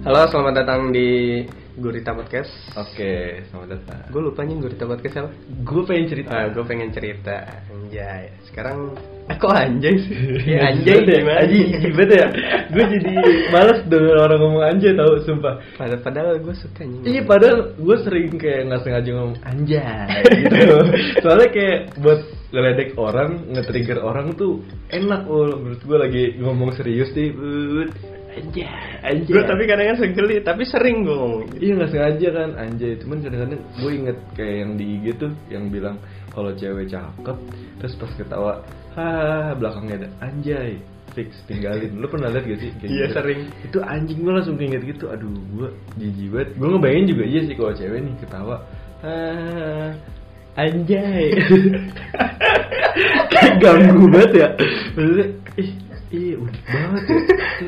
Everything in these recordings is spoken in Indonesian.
Halo, selamat datang di Gurita Podcast. Oke, selamat datang. Gue lupa nih Gurita Podcast apa? Gue pengen cerita. Gue pengen cerita. Anjay. Sekarang kok anjay sih? Ya, anjay gimana? Anjay banget ya. Gue jadi males denger orang ngomong anjay tau, sumpah. Padahal gue suka nih. Iya, padahal gue sering kayak nggak sengaja ngomong anjay gitu. Soalnya kayak buat ngeledek orang, nge-trigger orang tuh enak. Menurut gue lagi ngomong serius nih, anjay. Gue tapi kadang-kadang segeli, tapi sering gue ngomong gitu. Iya, nggak sengaja kan anjay. Cuman kadang-kadang gue inget kayak yang di IG tuh yang bilang kalau cewek cakep terus pas ketawa belakangnya ada anjay, fix tinggalin. Lu pernah lihat gak sih kayak Iya, gitu? sering. Itu anjing, gue langsung inget gitu. Aduh, gue jijik banget. Gue ngebayangin juga iya sih kalau cewek nih ketawa anjay. Kayak ganggu banget ya. Maksudnya unik banget ya.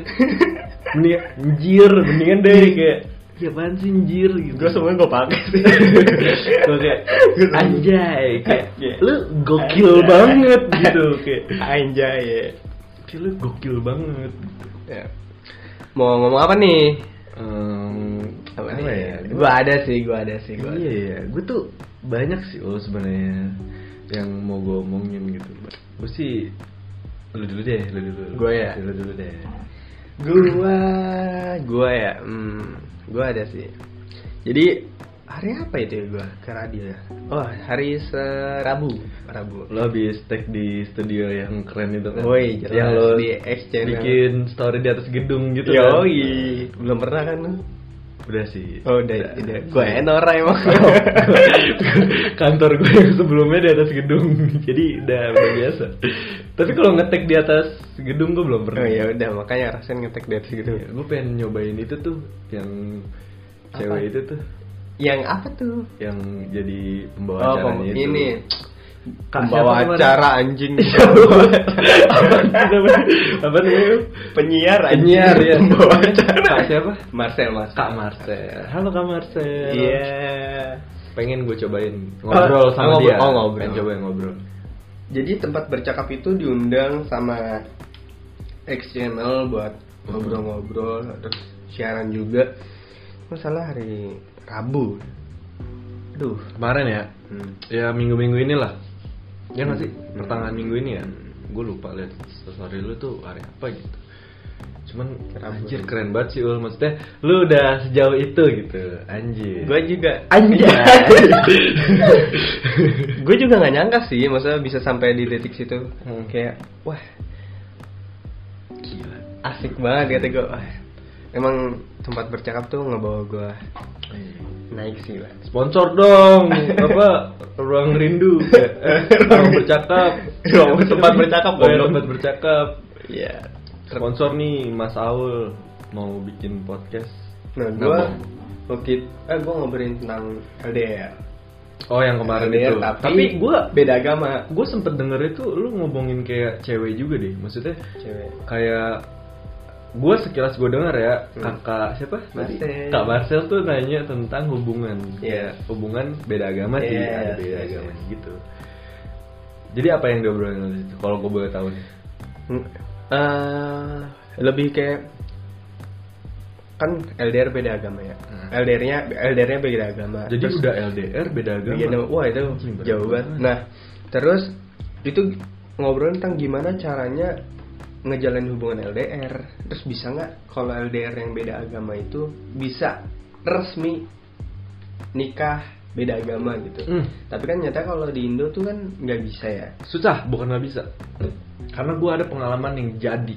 Mendingan deh kayak ya apaan sih anjir gitu. Gue semuanya gue pakai sih. Gue kayak anjay, kayak lu gokil banget gitu, kayak Anjay ya. kayak lu gokil banget. Ya. Mau ngomong apa nih? Apa ya? Gue ada sih. Iya ya, gue tuh banyak sih sebenarnya yang mau gue omongin gitu. Gue sih lu dulu deh. Gue ya. Lu dulu deh. Gue ya. Gue ada sih. Jadi hari apa itu ya gue ke radio ya? Oh, hari Rabu. Lo habis take di studio yang keren itu kan? Woi, jelas. Yang lo di Exchange bikin story di atas gedung gitu kan? kan? Belum pernah kan? Udah sih. Oh, udah. Gue Nora emang. Kantor gue yang sebelumnya di atas gedung, jadi udah biasa. Tapi kalau ngetek di atas gedung gue belum pernah. Oh ya udah, makanya rasain ngetek di atas gedung. Ya, gue pengen nyobain itu tuh, yang cewek itu tuh. Yang apa tuh? Yang jadi pembawa acaranya itu. Ini Pembawa acara anjing. Apa namanya? Penyiar ya. Pembawa acara. Kak siapa? Marcel. Kak Marcel. Halo Kak Marcel. Iya. Pengen gue cobain ngobrol sama dia. Ngobrol. Pengen cobain ngobrol. Jadi tempat bercakap itu diundang sama X Channel buat ngobrol-ngobrol, terus siaran juga. Masalah hari Rabu. Aduh, Kemarin ya. Ya minggu-minggu inilah. Ya nggak sih? Pertengahan minggu ini ya. Gue lupa lihat story lu tuh hari apa gitu. Cuman anjir keren banget sih Ul. Maksudnya lu udah sejauh itu gitu. Anjir. Gue juga Anjir. Gue juga nggak nyangka sih, maksudnya bisa sampai di titik situ. Kayak wah, Gila. asik banget kata gue. Wah, emang tempat bercakap tuh ngebawa gue naik sih lah. Sponsor dong. Apa? Ruang rindu. Ruang bercakap. Tempat bercakap. Tempat bercakap. Iya. Sponsor nih Mas Aul mau bikin podcast. Nah, gue ngobrolin tentang LDR. Oh, yang kemarin LDR, itu. Tapi gue beda agama. Gue sempet denger itu lu ngomongin kayak cewek juga deh. Maksudnya Cewek. kayak gue sekilas gue dengar ya, kakak siapa? Marcel. Kak Marcel tuh nanya tentang hubungan. Iya. Hubungan beda agama sih, ada beda agama gitu. Jadi apa yang diobrolin waktu itu? Kalau gue boleh tahu nih. Lebih kayak kan LDR beda agama ya. LDR-nya beda agama. Jadi terus, udah LDR beda agama. wah itu jauh banget. Nah, terus itu ngobrol tentang gimana caranya ngejalanin hubungan LDR. Terus bisa nggak kalau LDR yang beda agama itu bisa resmi nikah beda agama gitu. Tapi kan nyata kalau di Indo tuh kan nggak bisa ya. Susah, bukan nggak bisa. Karena gue ada pengalaman yang jadi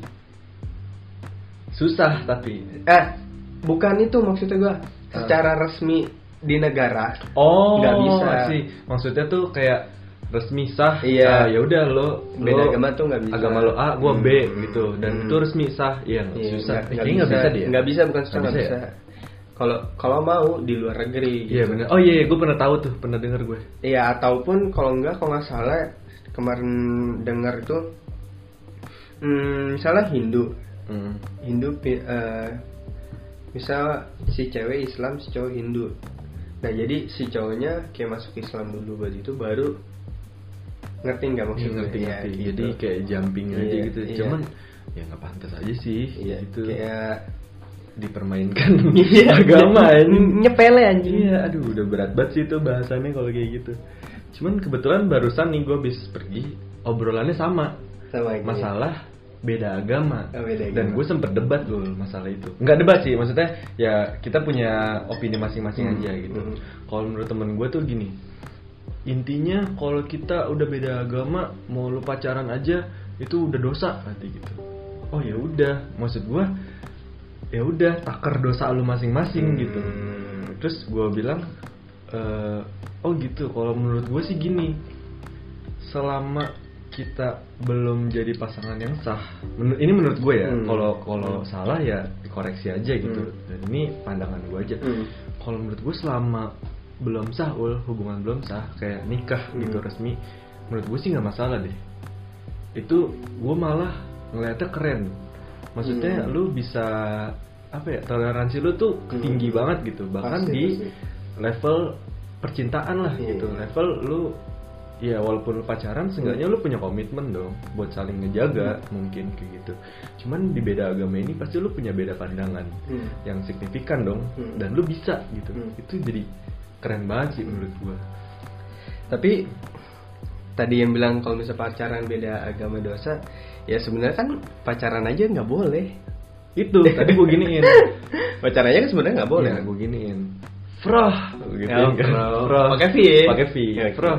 susah tapi. Bukan itu maksudnya gue. Secara resmi di negara. Nggak bisa sih. Maksudnya tuh kayak resmi sah. Iya. Ya udah lo beda agama tuh nggak bisa. Agama lo A, gue B gitu. Dan itu resmi sah. Iya, susah. Nggak bisa dia. Nggak bisa, bukan susah, nggak bisa. Ya? Kalau mau di luar negeri. Iya benar. Oh iya, gue pernah tahu tuh, pernah denger gue. Iya, ataupun kalau nggak salah kemarin dengar itu, misalnya Hindu, misal si cewek Islam, si cowok Hindu. Nah jadi si cowoknya kayak masuk Islam dulu, berarti itu baru ngerti nggak maksudnya? Ngerti. Gitu. Jadi kayak jumping aja gitu. Iya. Cuman ya nggak pantas aja sih. Iya. Gitu. Kayak dipermainkan agama nyepele anjing. Iya, aduh udah berat banget sih itu bahasannya kalau kayak gitu. Cuman kebetulan barusan nih gue habis pergi, obrolannya sama masalah beda agama. Dan gue sempet debat loh masalah itu. Nggak debat sih, maksudnya ya kita punya opini masing-masing aja gitu. Kalau menurut temen gue tuh gini, intinya kalau kita udah beda agama mau lu pacaran aja itu udah dosa nanti gitu. Oh ya udah, maksud gue ya udah takar dosa lu masing-masing gitu. Terus gue bilang oh gitu, kalau menurut gue sih gini, selama kita belum jadi pasangan yang sah, ini menurut gue ya, kalau salah ya dikoreksi aja gitu. Dan ini pandangan gue aja. Kalau menurut gue selama belum sah, hubungan belum sah kayak nikah gitu resmi, menurut gue sih nggak masalah deh. Itu gue malah ngeliatnya keren. Maksudnya lu bisa apa ya, toleransi lu tuh tinggi banget gitu, bahkan pasti, di level percintaan lah gitu. Level lu ya walaupun lu pacaran seenggaknya lu punya komitmen dong buat saling ngejaga mungkin kayak gitu. Cuman di beda agama ini pasti lu punya beda pandangan yang signifikan dong, dan lu bisa gitu. Itu jadi keren banget sih menurut gua. Tapi tadi yang bilang kalau misalnya pacaran beda agama dosa, ya sebenarnya kan pacaran aja nggak boleh. Itu tadi gue giniin. Pacarannya kan sebenarnya nggak boleh. Ya, gue giniin. Froh, gitu kan. Pakai V. Pakai V. Froh.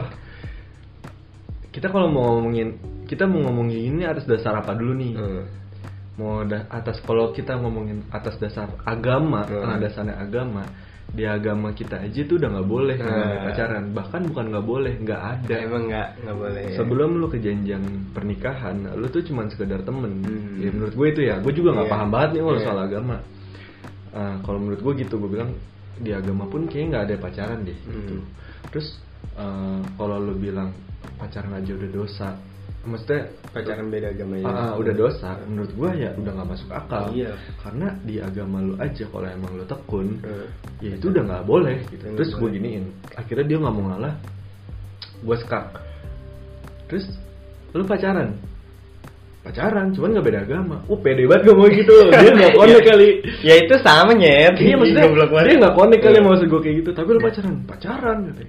Kita kalau mau ngomongin ini atas dasar apa dulu nih? Mau atas, kalau kita ngomongin atas dasar agama, karena dasarnya agama, di agama kita aja tuh udah nggak boleh pacaran. Bahkan bukan nggak boleh, nggak ada. Emang nggak boleh. Sebelum lu ke jenjang pernikahan, lu tuh cuma sekedar temen. Ya menurut gue itu ya. Gue juga nggak paham banget nih soal agama. Kalau menurut gue gitu, gue bilang di agama pun kayaknya nggak ada pacaran deh. Gitu. Terus kalau lu bilang pacaran aja udah dosa, maksudnya pacaran beda agama ya udah dosa, menurut gue ya udah nggak masuk akal. Karena di agama lu aja kalau emang lu tekun, ya itu udah nggak boleh gitu. Terus gue giniin, akhirnya dia nggak mau ngalah, gue sekak. Terus lu pacaran, cuman nggak beda agama. Pede banget gue mau gitu. Dia nggak konek kali. Ya itu sama nyet. Iya maksudnya dia nggak konek kali maksud gue kayak gitu. Tapi lu pacaran katanya.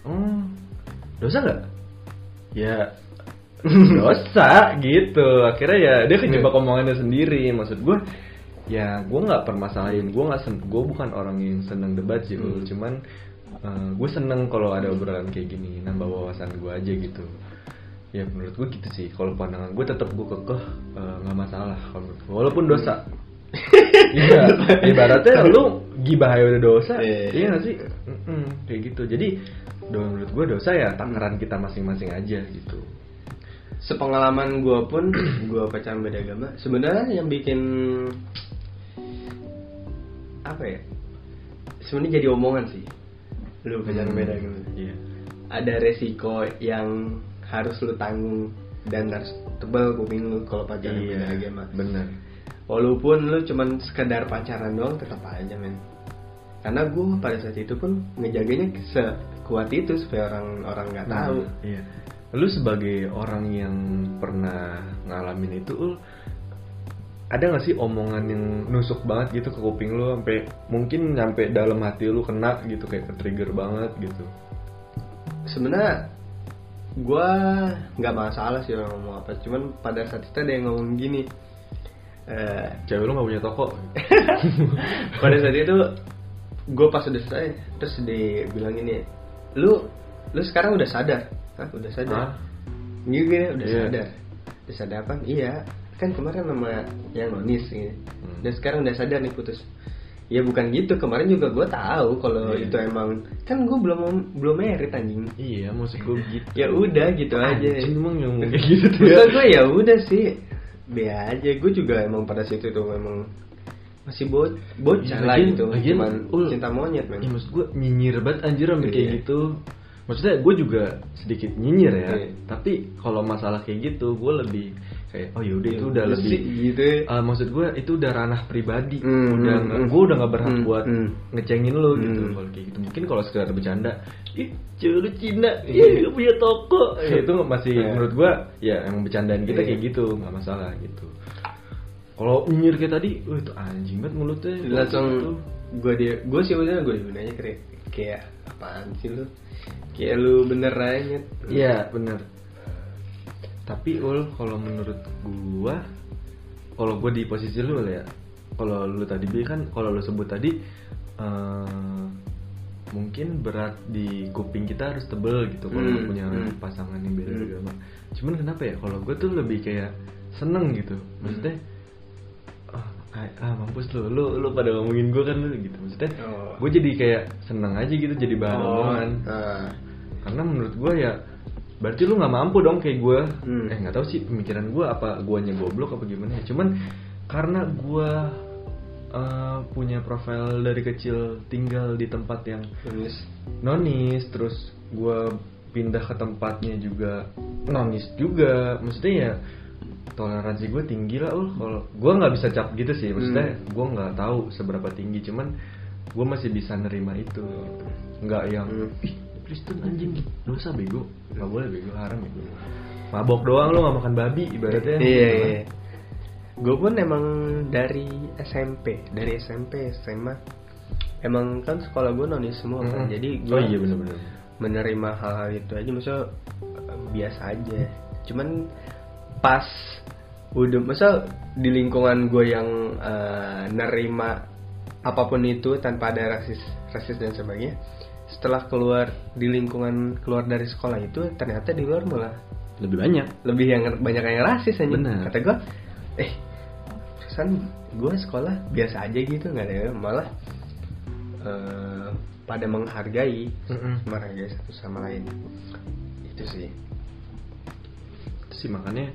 Dosa nggak? Ya dosa gitu. Akhirnya ya dia kejebak omongannya sendiri. Maksud gue ya gue nggak permasalahin. Gue bukan orang yang seneng debat sih. Cuman gue seneng kalau ada obrolan kayak gini, nambah wawasan gue aja gitu. Ya menurut gue gitu sih. Kalau pandangan gue tetap gue kekeh, nggak masalah kalau menurut gue. Walaupun dosa. Iya, ibaratnya lu gibah aja udah dosa. Iya nggak sih? Kayak gitu. Jadi menurut gue dosa ya takaran kita masing-masing aja gitu. Sepengalaman gue pun, gue pacaran beda agama, sebenarnya yang bikin apa ya, sebenarnya jadi omongan sih, lu pacaran beda agama. Ada resiko yang harus lu tanggung dan harus tebal kuping lu kalau pacaran beda agama. Bener. Walaupun lu cuman sekedar pacaran doang, tetap aja men. Karena gue pada saat itu pun ngejaganya sekuat itu supaya orang-orang nggak tahu. Iya. Lu sebagai orang yang pernah ngalamin itu, ada nggak sih omongan yang nusuk banget gitu ke kuping lu, sampai mungkin nyampe dalam hati lu kena gitu, kayak ke-trigger banget gitu? Sebenarnya gue nggak masalah sih orang ngomong apa, cuman pada saat itu ada yang ngomong gini, cewek lu nggak punya toko. Pada saat itu gue pas udah selesai, terus dia bilang gini, lu sekarang udah sadar? Hah, udah sadar? Gini udah sadar. Udah sadar apa? Iya, kan kemarin sama yang nonis gitu. Dan sekarang udah sadar nih putus. Ya bukan gitu, kemarin juga gue tahu kalau itu emang, kan gue belum merit anjing. Iya, maksud gue gitu. Ya udah gitu aja. Emang yang kayak gitu tuh. Maksud gue ya udah sih, be aja. Gue juga emang pada situ tuh memang masih bocah lah gitu. Cuman cinta monyet men. Ya maksud gue nyinyir banget anjir sampai kayak gitu. Maksudnya gue juga sedikit nyinyir ya. Tapi kalau masalah kayak gitu gue lebih kayak oh yaudah itu udah lebih gitu. Maksud gue itu udah ranah pribadi. Gue udah nggak berhak buat ngecengin lo gitu. Kalau kayak gitu mungkin kalau sekedar bercanda, ih cewek Cina, gak punya toko. Itu masih menurut gue ya emang bercandaan kita kayak gitu, nggak masalah gitu. Kalau nyinyir kayak tadi, itu anjing banget mulutnya. Langsung gitu. gue sih udah gue nanya kayak apaan sih lu? Kayak lu bener aja. Iya bener. Tapi kalau menurut gua, kalau gua di posisi lu ya, kalau lu tadi kan, kalau lu sebut tadi mungkin berat di kuping kita harus tebel gitu kalau lu punya pasangan yang beda agama. Cuman kenapa ya? Kalau gua tuh lebih kayak seneng gitu, maksudnya mampus lu pada ngomongin gue kan lu gitu, maksudnya gue jadi kayak seneng aja gitu, jadi bahan omongan. Karena menurut gue ya berarti lu nggak mampu dong kayak gue. Nggak tahu sih pemikiran gue apa guanya goblok apa gimana ya. Cuman karena gue punya profil dari kecil tinggal di tempat yang nonis, terus gue pindah ke tempatnya juga nonis juga, maksudnya ya toleransi gue tinggi lah. Kalau gue nggak bisa cap gitu sih, maksudnya gue nggak tahu seberapa tinggi, cuman gue masih bisa nerima itu gitu. Nggak yang Kristen anjing dosa bego, nggak boleh bego, haram bego, mabok doang lo nggak makan babi ibaratnya. Iya. Gue pun emang dari SMP SMA emang kan sekolah gue nonis semua kan, jadi gue iya benar-benar menerima hal-hal itu aja, maksudnya biasa aja. Cuman pas udah di lingkungan gue yang nerima apapun itu tanpa ada rasis dan sebagainya, setelah keluar di lingkungan keluar dari sekolah itu ternyata di luar malah lebih banyak yang rasis aja. Bener. Kata gue gue sekolah biasa aja gitu, nggak ada, malah pada menghargai satu sama lain. Itu sih makanya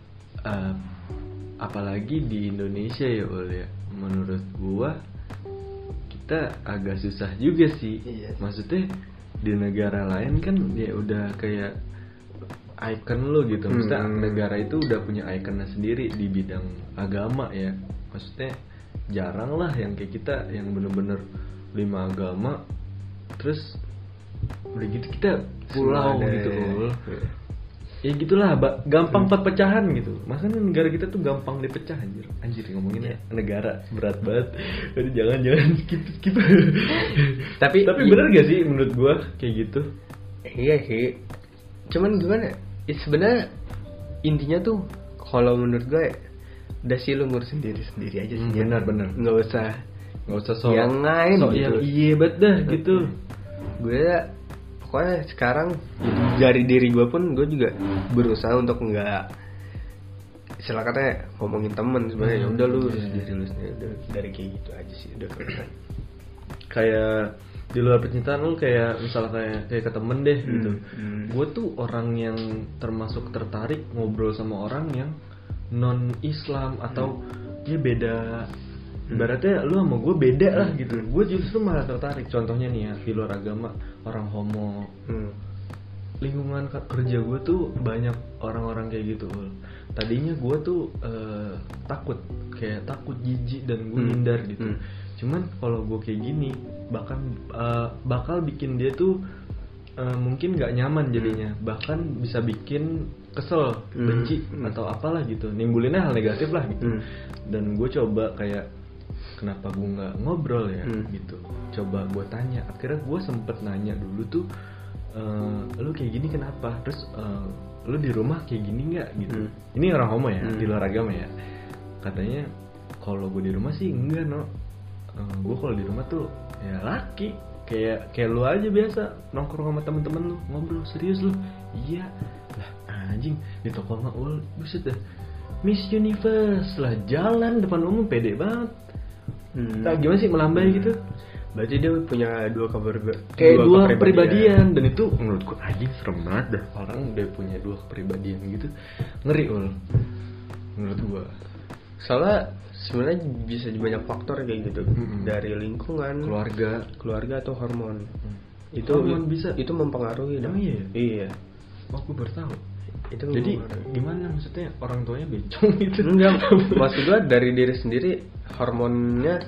apalagi di Indonesia ya ya, menurut gua kita agak susah juga sih. Maksudnya di negara lain kan ya udah kayak icon lo gitu, maksudnya negara itu udah punya ikonnya sendiri di bidang agama ya. Maksudnya jarang lah yang kayak kita yang bener-bener 5 agama terus udah gitu kita pulau gitu loh. Ya gitulah, gampang pecahan gitu. Makanya negara kita tuh gampang dipecah anjir ngomonginnya negara berat banget. Jangan skip. Tapi bener gak sih menurut gua kayak gitu? Iya sih. Cuman gimana? Sebenarnya intinya tuh kalau menurut gue udah sih lu ngurus sendiri aja sih. Benar. Nggak usah sok yang lain sok gitu. Yang iya banget dah gitu. Gue pokoknya sekarang dari diri gue pun gue juga berusaha untuk nggak istilah katanya ngomongin temen sebenarnya. Udah lu sendiri udah dari kayak gitu aja sih udah kelihatan. Kayak di luar percintaan lu kayak misalnya kayak ke temen deh gitu. Gue tuh orang yang termasuk tertarik ngobrol sama orang yang non Islam atau dia beda. Ibaratnya lu sama gue beda lah gitu. Gue justru malah tertarik. Contohnya nih ya, di luar agama orang homo. Lingkungan kerja gue tuh banyak orang-orang kayak gitu. Tadinya gue tuh takut jijik dan gue hindar gitu. Cuman kalau gue kayak gini bakal bikin dia tuh mungkin nggak nyaman jadinya, bahkan bisa bikin kesel, benci atau apalah gitu, nimbulinnya hal negatif lah gitu. Dan gue coba kayak kenapa gue nggak ngobrol ya gitu, coba gue tanya. Akhirnya gue sempet nanya dulu tuh, lu kayak gini kenapa, terus lu di rumah kayak gini nggak gitu. Ini orang homo ya, di luar agama ya. Katanya kalau gue di rumah sih enggak gue kalau di rumah tuh ya laki kayak lu aja biasa nongkrong sama temen-temen lu, ngobrol serius lu. Iya lah anjing, di toko maul buset dah Miss Universe lah, jalan depan umum pede banget. Gimana sih melambai gitu. Berarti dia punya dua kepribadian. Dan itu menurutku anjing serem banget dah, orang udah punya dua kepribadian gitu, ngeri menurut gua. Soalnya sebenarnya bisa banyak faktor kayak gitu, dari lingkungan, keluarga atau hormon. Itu hormon bisa itu mempengaruhi. Iya. Aku baru tahu. Itu jadi gimana maksudnya orang tuanya bencong gitu? Enggak, maksud gua dari diri sendiri hormonnya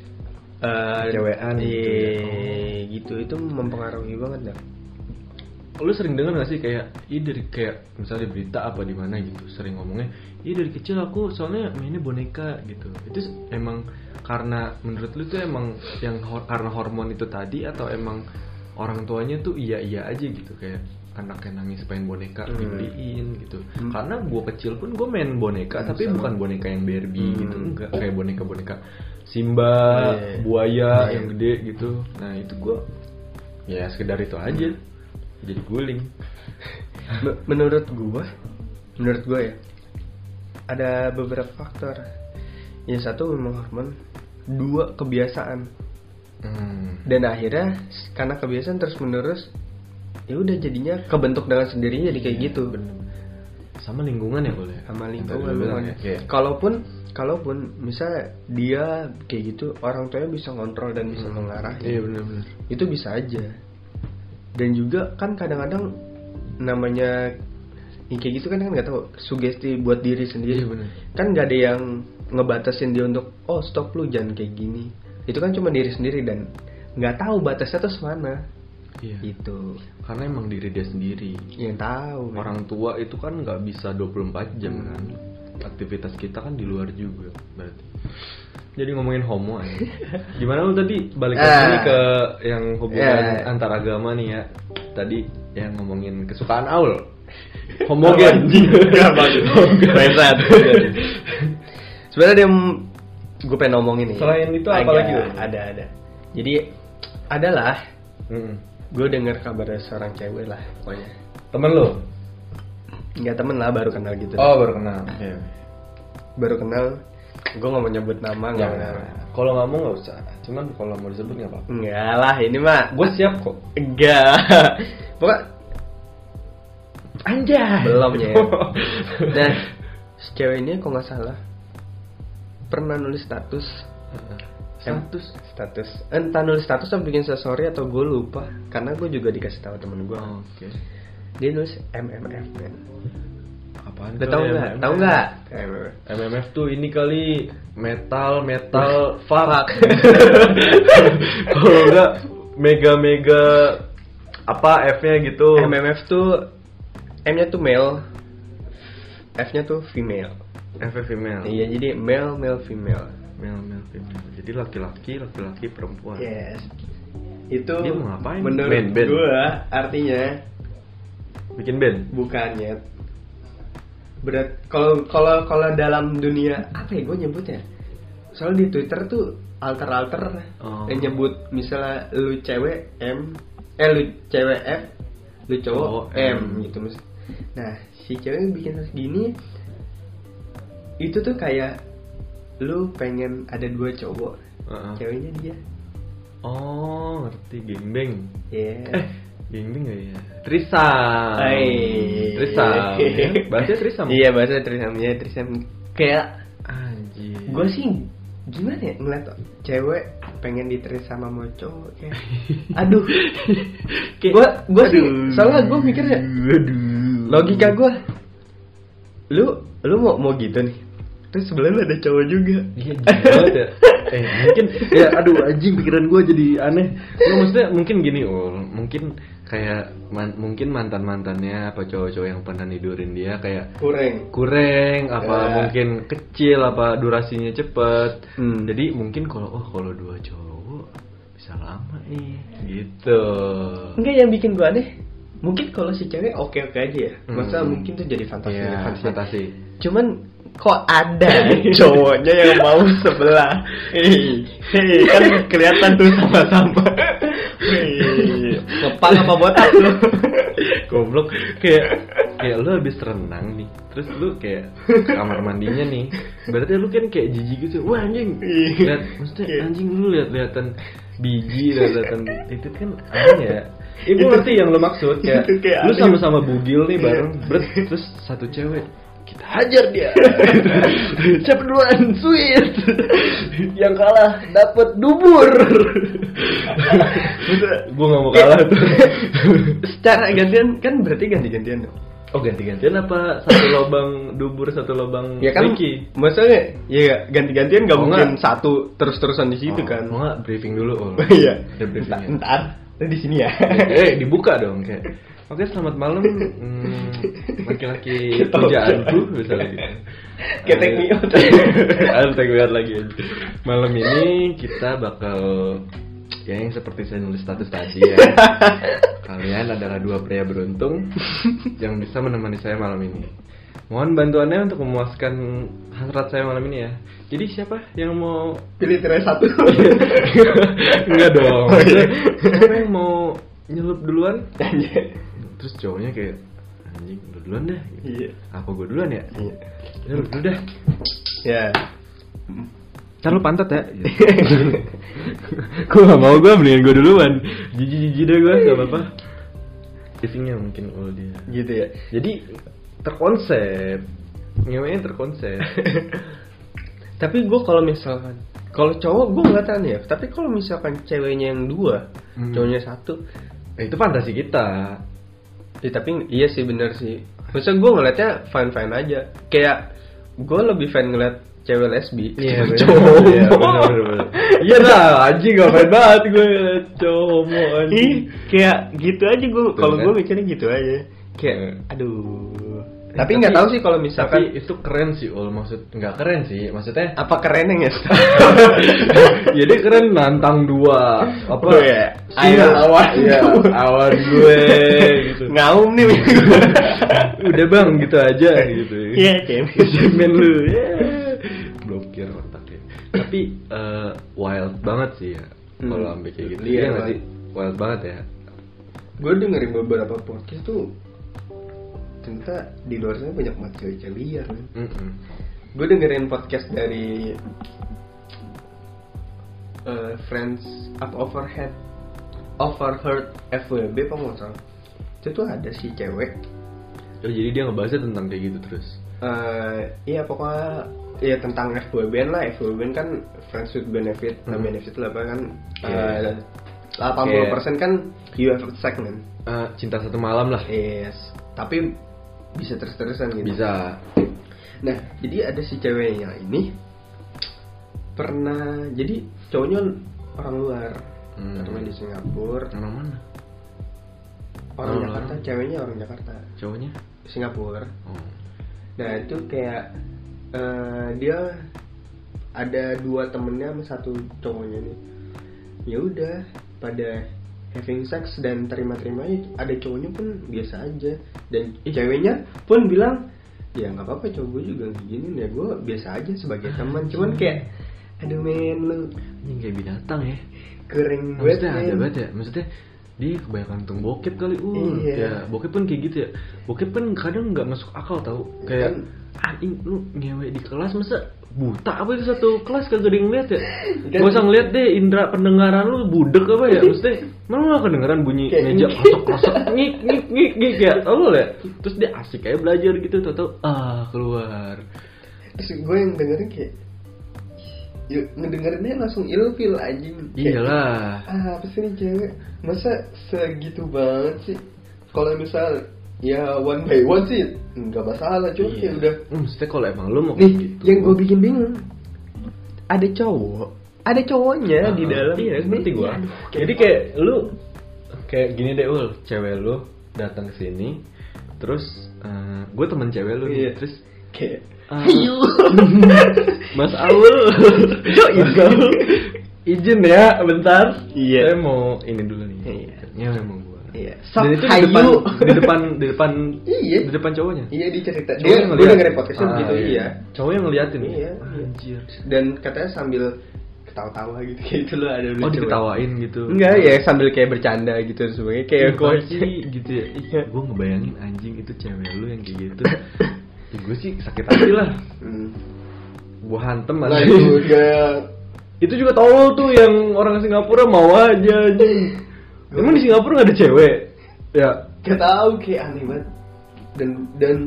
cewekan gitu itu mempengaruhi banget dah. lu sering dengar gak sih kayak dari kayak misalnya berita apa di mana gitu sering ngomongnya dari kecil aku soalnya mainnya boneka gitu. Itu emang karena menurut lu tuh emang yang karena hormon itu tadi atau emang orang tuanya tuh iya aja gitu kayak anaknya nangis pengen boneka dibeliin gitu. Karena gue kecil pun gue main boneka tapi bukan boneka yang Barbie gitu, enggak kayak boneka Simba, buaya yang gede gitu. Nah itu gue ya sekedar itu aja jadi guling. Menurut gue ya ada beberapa faktor. Yang satu memang hormon, dua kebiasaan. Dan akhirnya karena kebiasaan terus menerus ya udah jadinya kebentuk dengan sendirinya jadi kayak gitu. Bener. Sama lingkungan ya boleh. Sama lingkungan. Ya. Kalaupun misalnya dia kayak gitu, orang tuanya bisa ngontrol dan bisa mengarah. Iya benar. Itu bisa aja. Dan juga kan kadang-kadang namanya kayak gitu kan nggak tahu sugesti buat diri sendiri. Iya, bener. Kan nggak ada yang ngebatasin dia untuk stop lu jangan kayak gini. Itu kan cuma diri sendiri dan nggak tahu batasnya tuh semana. Iya. Itu karena emang diri dia sendiri yang tahu. Orang tua itu kan nggak bisa 24 jam kan. Aktivitas kita kan di luar juga berarti. Jadi ngomongin homo aja. Gimana lu tadi balik lagi ke yang hubungan antar agama nih ya. Tadi yang ngomongin kesukaan Aul. Homogen. Enggak bagus. Sebenarnya gue pengen ngomongin nih. Selain itu apa lagi? Ada. Jadi adalah gue dengar kabar dari seorang cewek lah pokoknya. Temen lo? Enggak temen lah, baru kenal gitu. Oh baru kenal. Okay. Baru kenal. Gue nggak mau nyebut nama nggak. Kalau nggak mau nggak usah. Cuman kalau mau disebut nggak apa-apa. Enggak lah, ini mah gue siap kok. Enggak. Pokoknya anjay. Belum ya. Nah, si cewek ini kok nggak salah pernah nulis status. Entah nulis status atau bikin story atau gue lupa. Karena gue juga dikasih tahu temen gue. Oke. Dia nulis MMF man. Apaan? Tahu nggak? MMF tuh ini kali metal fuck. Kalau enggak mega apa F-nya gitu. MMF tuh M-nya tuh male, F-nya tuh female. F-nya female. Iya, jadi male female. Male female. Jadi laki-laki perempuan. Yes. Itu dia mau ngapain? Menurut gua artinya bikin band. Bukannya. Berat kalau dalam dunia apa ya gue nyebutnya? Soalnya di Twitter tuh alter yang nyebut misalnya lu cewek M, lu cewek F, lu cowok M gitu mas. Nah si cewek bikin segini itu tuh kayak lu pengen ada dua cowok, ceweknya dia. Oh ngerti, gengbeng. Iya. Gengbeng gak ya? Trisam. Ya? Bahasanya trisam. Iya bahasa trisamnya trisam. Kayak anjir. Gue sih gimana ya ngeliat cewek pengen ditrisam sama cowok kayak aduh. Gue sih soalnya gue mikirnya logika gue lu mau gitu nih. Terus sebelahnya ada cowok juga. Iya banget ya. Mungkin ya aduh anjing pikiran gue jadi aneh. Maksudnya mungkin gini mungkin kayak mungkin mantannya apa cowok-cowok yang pernah nidurin dia kayak kurang apa mungkin kecil apa durasinya cepet. Jadi mungkin kalau dua cowok bisa lama nih gitu. Enggak, yang bikin gue aneh mungkin kalau si cewek oke aja ya. Masa mungkin tuh jadi fantasi. Cuman kok ada cowoknya yang mau sebelah. Kan kelihatan tuh sama-sama. Ngepang apa botak lu? Goblok. Kayak lu habis renang nih. Terus lu kayak kamar mandinya nih. Berarti lu kan kayak jijik gitu. Wah anjing. Lihat maksudnya anjing lu lihat-lihatan biji, lihat-lihatan itu kan aneh ya. Ibu ngerti yang lu maksud kayak lu sama-sama bugil nih bareng. Terus satu cewek kita hajar dia. Siapa duluan? Sweet. Yang kalah dapat dubur. Gue nggak mau kalah tuh. Secara gantian kan berarti ganti-gantian dong. Oh ganti-gantian apa satu lobang dubur satu lobang ya kan? Ricky? Maksudnya ya ganti-gantian nggak mungkin satu terus-terusan di situ kan? Mau nggak briefing dulu? Iya. Ada briefingnya. Ntar di sini ya. Dibuka dong kayak. Oke, selamat malam laki-laki pujaanku misalnya gitu. Kayak take me out. Take me out lagi. Malam ini kita bakal ya yang seperti saya nulis status tadi ya. Kalian adalah dua pria beruntung yang bisa menemani saya malam ini. Mohon bantuannya untuk memuaskan hasrat saya malam ini ya. Jadi siapa yang mau pilih tirai satu? Enggak dong. Siapa yang mau nyelup duluan? Terus cowoknya kayak anjing lu duluan dah gitu. Iya. Apa gue duluan ya? Iya. Ya lu dulu dah. Ya. Ntar lu pantat ya. Gue gak mau, gue mendingan gue duluan. Jijik deh gue, gak apa-apa. Isingnya mungkin dia. Gitu ya. Jadi terkonsep. Ngeweknya terkonsep. Tapi gue kalau cowok gue nggak tahu ya. Tapi kalau misalkan ceweknya yang dua, cowoknya satu, itu fantasi kita. ya, tapi iya sih bener sih. Maksudnya gue ngeliatnya fine aja. Kayak gue lebih fan ngeliat cewek lesbi. Iya, cowok. Iya lah, anjing gak fine banget gue cowok homo anjing. Kayak gitu aja gue. Kalau kan? gue mikirnya gitu aja. Kayak aduh. Tapi nggak tahu sih kalau misalkan tapi itu keren sih maksud nggak keren sih maksudnya apa kerennya ya? Jadi keren nantang dua apa oh, ya. Awan gue gitu. Ngaum nih. Udah bang gitu aja gitu. Iya cemen lu blokir otaknya. Tapi wild banget sih ya kalau ambil kayak gitu. Iya nggak sih wild banget ya. Gue dengerin beberapa podcast tuh ternyata di luar sana banyak banget cewek-cewek liar kan. Gue dengerin podcast dari Friends Up Overheard FWB apa nggak salah. Itu tuh ada si cewek. Oh jadi dia ngebahasnya tentang kayak gitu terus. Iya pokoknya ya tentang FWB lah. FWB kan Friends with Benefit. Nah benefit lah apa kan 80% kan you have sex kan. Cinta satu malam lah. Yes. Tapi bisa terus-terusan gitu. Bisa. Nah, jadi ada si ceweknya ini pernah jadi cowoknya orang luar. Karena di Singapura. Orang mana? Orang Jakarta, ceweknya orang Jakarta. Cowoknya Singapura. Oh. Nah, itu kayak dia ada dua temennya sama satu cowoknya nih. Ya udah, pada having sex dan terima-terima ada cowoknya pun biasa aja dan ceweknya pun bilang ya nggak apa-apa cowok gue juga gini ya gue biasa aja sebagai teman cuman kayak aduh men lu ini kayak binatang ya kering banget maksudnya ada banget ya maksudnya dia kebanyakan nonton bokep kali ya bokep pun kayak gitu ya bokep kan kadang nggak masuk akal tau kayak anjing lu ngewe di kelas masa buta apa itu satu kelas kagak ada yang lihat ya gak usah ngeliat deh indera pendengaran lu budek apa ya maksudnya malah gak kedengeran bunyi meja krosok ngik ya tau lu ya terus dia asik kayak belajar gitu tau keluar terus gue yang dengerin kayak yuk ngedengerinnya langsung ilfil anjing iyalah apa sih nih cewek masa segitu banget sih kalau misal ya one by one sih nggak masalah cuma ya udah maksudnya kalau emang lu mau nih gitu. yang gue bikin bingung ada cowoknya di dalam iya ngerti gue jadi kayak lu kayak gini deh cewek lu datang ke sini terus gue temen cewek lu nih terus kayak Mas Aul izin ya bentar saya mau ini dulu nih ya memang iya. Dan itu di depan cowoknya. Iya dicerita. Dia gue dengerin podcastnya gitu iya. Cowok yang ngeliatin. Iya. Anjir. Dan katanya sambil ketawa-tawa gitu kayak itu loh ada lucu. Diketawain gitu. Enggak ya sambil kayak bercanda gitu sebagai kayak sih gitu ya. Iya. Gue ngebayangin anjing itu cewek lu yang kayak gitu. Ya gue sih sakit hati lah. Gue hantem aja. Itu juga tolol tuh yang orang Singapura mau aja anjing. Emang di Singapura nggak ada cewek? Ya. Gak tau kayak aneh banget. Dan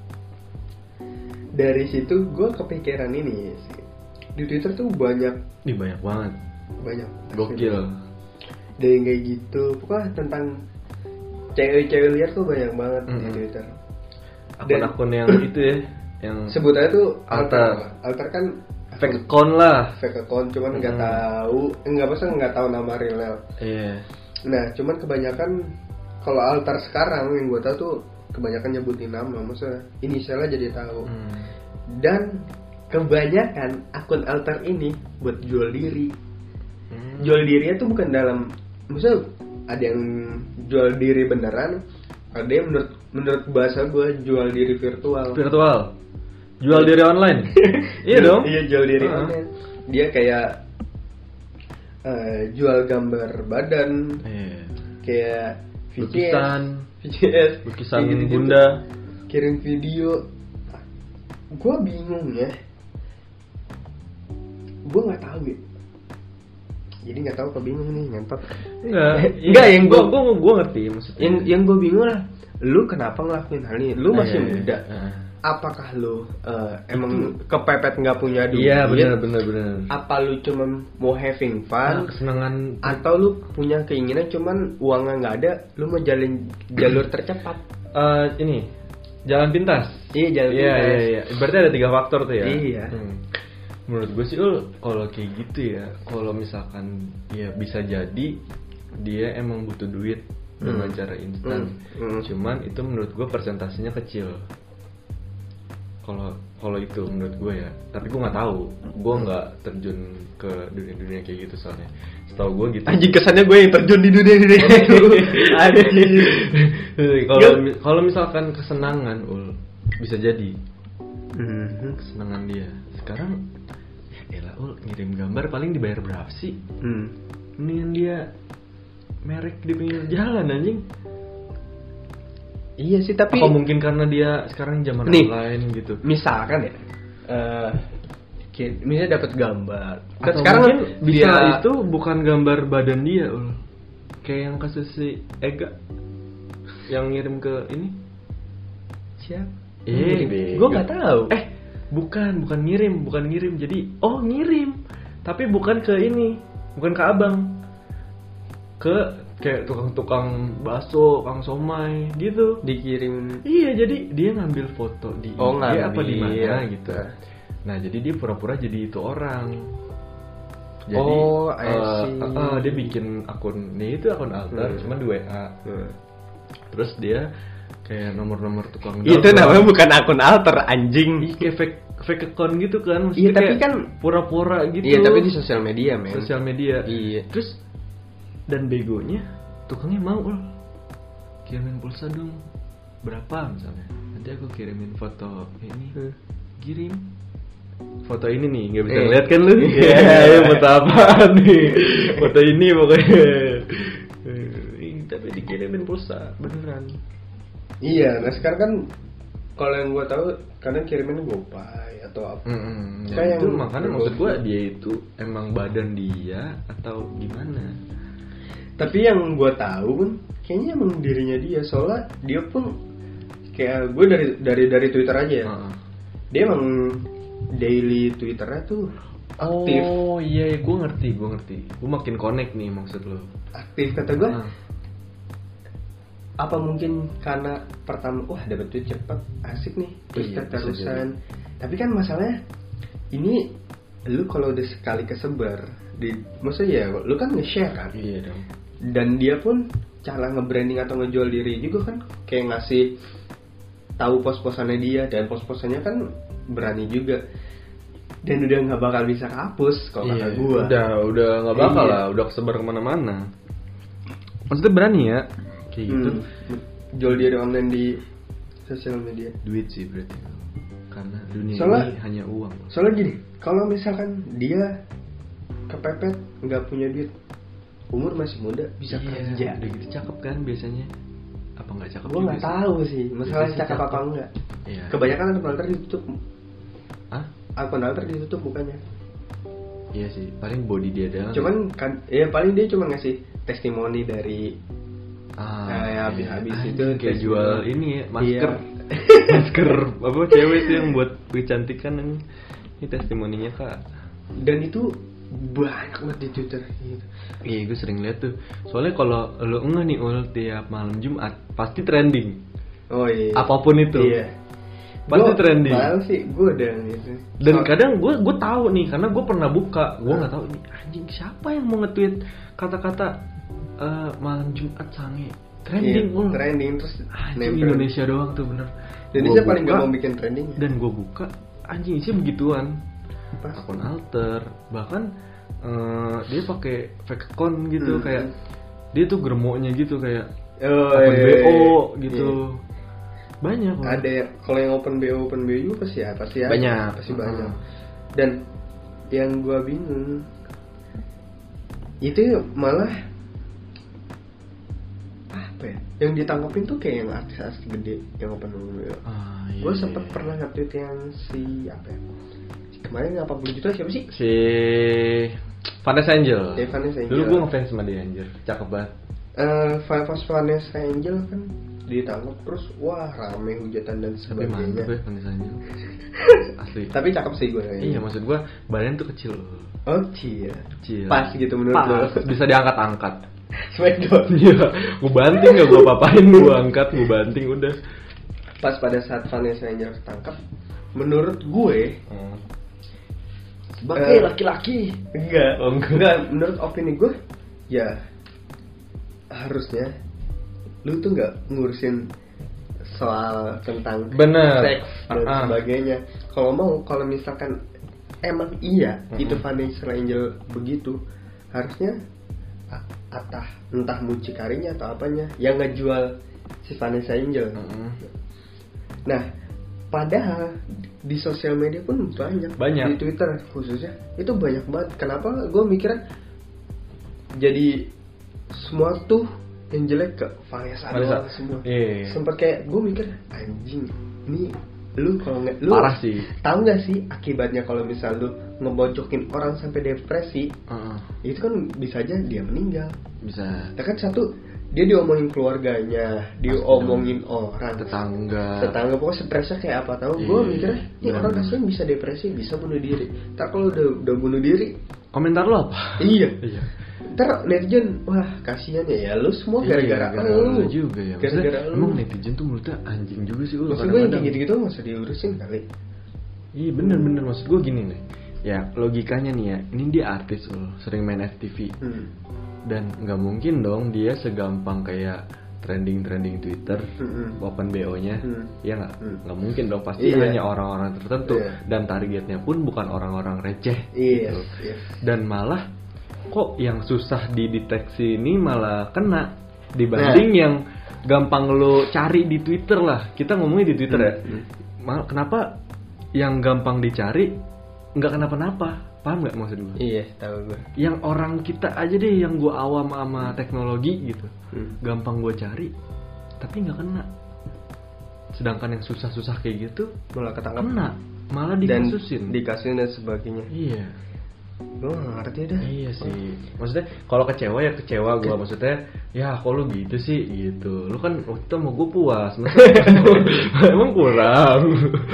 dari situ gue kepikiran ini sih. Di Twitter tuh banyak banget. Banyak. Gokil. Dan kayak gitu. Pokoknya tentang cewek-cewek liar tuh banyak banget di Twitter. Akun-akun yang itu ya, yang sebutannya tuh alter. Alter kan fake account lah. Fake account cuman nggak tahu nama real. Iya. Nah, cuman kebanyakan kalau alter sekarang yang gue tahu tuh kebanyakan nyebutin nama, maksudnya inisialnya jadi tahu. Dan kebanyakan akun alter ini buat jual diri. Jual dirinya tuh bukan dalam, maksudnya ada yang jual diri beneran, ada yang menurut bahasa gue jual diri virtual. Jual diri online. Iya dong. Iya, jual diri online. Dia kayak jual gambar badan, kayak lukisan bunda, kirim video. Gue bingung ya, gue nggak tahu ya. Jadi nggak tahu, kebingung nih ngentot. Enggak, yang gue ngerti maksudnya. Yang gue bingung lah, lu kenapa ngelakuin hal ini? Lu masih muda. Apakah lu emang kepepet nggak punya duit? Iya, benar. Apa lu cuman mau having fun, kesenangan, atau lu punya keinginan cuman uangnya nggak ada, lu mau jalin jalur tercepat? Ini jalan pintas. Iya, jalan pintas. Iya. Berarti ada 3 faktor tuh ya. Iya. Menurut gue sih kalau kayak gitu ya, kalau misalkan ya bisa jadi dia emang butuh duit dengan cara instan. Cuman itu menurut gue persentasenya kecil. Kalau itu menurut gue ya, tapi gue nggak tahu, gue nggak terjun ke dunia kayak gitu soalnya. Setahu gue gitu. Anjing, kesannya gue yang terjun di dunia itu. Anjing. Kalau misalkan kesenangan, bisa jadi kesenangan dia. Sekarang ya elah, ngirim gambar paling dibayar berapa sih? Mendingan dia merek di pinggir jalan anjing. Iya sih, tapi apa mungkin karena dia sekarang zaman online gitu. Misalkan ya, misalnya dapat gambar. Atau sekarang bisa dia, itu bukan gambar badan dia, kayak yang kasus si Ega yang ngirim ke ini. Siapa? Gue nggak tahu. Bukan ngirim. Jadi ngirim, tapi bukan ke ini, bukan ke abang, ke kayak tukang bakso, tukang somai gitu. Dikirim. Iya, jadi dia ngambil foto di IG apa di mana gitu. Nah, jadi dia pura-pura jadi itu orang. Jadi dia bikin akun, itu akun alter, cuma di WA. Terus dia kayak nomor-nomor tukang itu namanya bukan akun alter, anjing. Kayak fake account gitu kan. Iya, tapi kan pura-pura gitu. Iya, tapi di sosial media, men. Sosial media. Iya. Terus dan begonya tukangnya mau kirimin pulsa dong, berapa misalnya, nanti aku kirimin foto ini. Kirim foto ini nih, nggak bisa ngeliat kan lu? Iya, foto apa nih? Foto ini pokoknya. Tapi dikirimin pulsa beneran. Iya, nah sekarang kan kalau yang gue tahu kadang kirimin GoPay atau apa. Kayak itu makanya maksud gue dia itu emang badan dia atau gimana? Tapi yang gue tahu pun kayaknya emang dirinya dia, soalnya dia pun kayak gue dari Twitter aja ya. Dia emang daily Twitternya tuh aktif. Oh iya, gue ngerti. Gue makin connect nih maksud lo. Aktif kata gue. Apa mungkin karena pertama dapat tweet cepat, asik nih, terus terusan. Tapi kan masalahnya ini lu kalau udah sekali kesebar maksudnya ya lu kan nge-share kan. Iya dong. Dan dia pun cara nge-branding atau ngejual diri juga kan, kayak ngasih tahu pos-posannya dia, dan pos-posannya kan berani juga, dan udah nggak bakal bisa kehapus kalau kata gua. Udah nggak bakal lah, udah kesebar kemana-mana. Maksudnya berani ya kayak gitu. Jual diri online di sosial media. Duit sih berarti, karena dunia ini hanya uang. Soalnya gini, kalau misalkan dia kepepet nggak punya duit, umur masih muda, bisa kerja. Udah gitu cakep kan biasanya. Apa nggak cakep? Gue nggak tahu sih masalah cakep apa enggak. Iya. Kebanyakan akun alter ditutup. Akun alter ditutup mukanya. Iya sih, paling body dia doang. Cuman kan, paling dia cuma ngasih testimoni dari habis itu kayak jual ini ya, masker. Masker apa cewek itu yang buat kecantikan ini testimoninya Kak. Dan itu banyak banget di Twitter gitu. Iya, gue sering lihat tuh. Soalnya kalau lo enggak nih tiap malam Jumat pasti trending. Oh iya. Apapun itu. Iya. Pasti trending. Malah sih gue udah gitu. Dan kadang gue tahu nih karena gue pernah buka. Gue nggak tahu nih anjing siapa yang mau nge-tweet kata-kata malam Jumat sange. trending. Iya, trending terus Anjing, Indonesia doang tuh bener. Indonesia paling gak mau bikin trending. Dan gue buka, anjing isinya begituan. Pas. Akun alter, bahkan dia pakai fake account gitu, kayak dia tuh germonya gitu kayak open BO gitu. Banyak loh. Ada yang kalau yang open BO pasti banyak. Pasti banyak. Dan yang gua bingung itu malah apa ya? Yang ditangkapin tuh kayak yang artis gede yang open BO. Iya, Gua sempet pernah nge-tweet yang si apa ya? Kemarin 80 juta siapa sih? Si Vanessa Angel. Vanessa Angel. Dulu gue ngefans sama dia anjir, cakep banget. Vanessa Angel kan ditangkap terus wah rame hujatan dan Tapi sebagainya. mantep ya Vanessa Angel. Asli. Tapi cakep sih gue. Iya, maksud gue badannya tuh kecil loh. Oh iya. Kecil. Pas gitu menurut lo. Bisa diangkat-angkat. Smackdown. Iya, gue banting gak gue papain, gue angkat, gue banting udah. Pas pada saat Vanessa Angel ketangkap, menurut gue sebagai laki-laki enggak, menurut opini gue ya harusnya lu tuh nggak ngurusin soal tentang seks dan sebagainya. Kalau misalkan emang iya itu Vanessa Angel begitu, harusnya entah mucikarinya atau apanya yang ngejual si Vanessa Angel. Nah, padahal di sosial media pun banyak. Di Twitter khususnya itu banyak banget. Kenapa gue mikirnya jadi semua tuh yang jelek ke Vanessa doang semua. Sempet kayak gue mikir anjing ini lu kalau nggak lu parah sih. Tahu nggak sih akibatnya kalau misal lu ngebocokin orang sampai depresi? Itu kan bisa aja dia meninggal. Bisa. Ya kan satu dia diomongin keluarganya, diomongin orang, tetangga pokoknya stresnya kayak apa tahu? Gue mikirnya ini orang kasihan bisa depresi, bisa bunuh diri. Ntar kalau udah bunuh diri, komentar lo apa? Iya. Ntar netizen, wah kasihan ya lu semua gara-gara lu juga ya. Gara-gara lu. Emang netizen tuh menurutnya anjing juga sih. Maksud gue yang kayak gitu-gitu nggak usah diurusin kali. Iya bener maksud gue gini nih. Ya logikanya nih ya, ini dia artis loh, sering main FTV. Dan nggak mungkin dong dia segampang kayak trending Twitter, open BO-nya, ya nggak mungkin dong, pasti hanya orang-orang tertentu dan targetnya pun bukan orang-orang receh, gitu. Dan malah kok yang susah dideteksi ini malah kena dibanding yang gampang lo cari di Twitter lah. Kita ngomongin di Twitter ya, kenapa yang gampang dicari nggak kenapa-napa? Paham nggak maksud gue? Iya, tahu gue. Yang orang kita aja deh yang gue awam sama teknologi gitu, gampang gue cari, tapi nggak kena. Sedangkan yang susah-susah kayak gitu malah ketangkap, kena, malah dikasusin dan sebagainya. Iya. Gue nggak ngerti dah. Iya sih. Maksudnya kalau kecewa ya kecewa gue. Maksudnya ya kok lu gitu sih gitu. Lu kan waktu itu mau gue puas, masa emang kurang.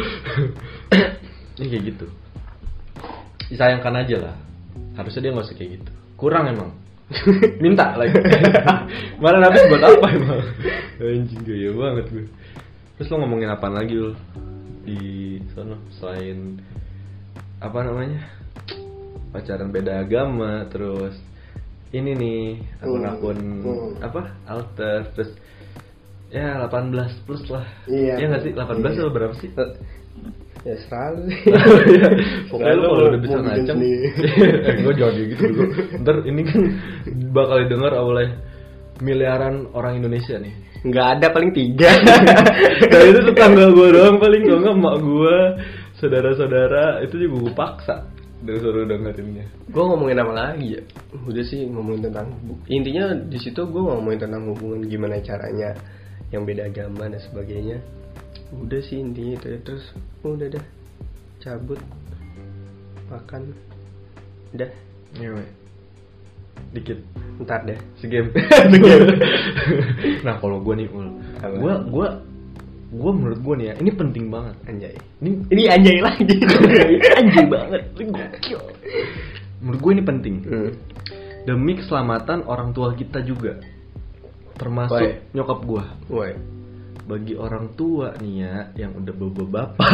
Ini kayak gitu. Disayangkan aja lah. Harusnya dia nggak usah kayak gitu. Kurang emang. Minta lagi. Malah habis buat apa emang? Anjing gaya banget gue. Terus lo ngomongin apaan lagi lo di sana selain apa namanya pacaran beda agama, terus ini nih akun apa alter, terus ya 18 plus lah. Iya nggak sih 18 atau berapa sih? Ya selalu. Pokoknya lo kalau udah bisa ngacem, gue jadi gitu dulu. Ntar ini kan bakal didengar oleh miliaran orang Indonesia nih. Nggak ada, paling 3. Nah itu tetangga gue doang paling, kalau nggak emak gue, saudara-saudara itu juga gue paksa dari suruh dengerinnya. Gue ngomongin apa lagi ya? Udah sih ngomongin tentang, intinya di situ gue ngomongin tentang hubungan gimana caranya yang beda agama dan sebagainya. Udah sih intinya itu ya. Terus udah dah cabut makan dah. Ngewe dikit ntar deh segame. Nah kalau gue nih gue menurut gue nih ya, ini penting banget. Anjay, ini anjay lagi. Anjay banget, gokil. Menurut gue ini penting demi keselamatan orang tua kita juga, termasuk nyokap gue. Bagi orang tua nih ya yang udah bapak-bapak.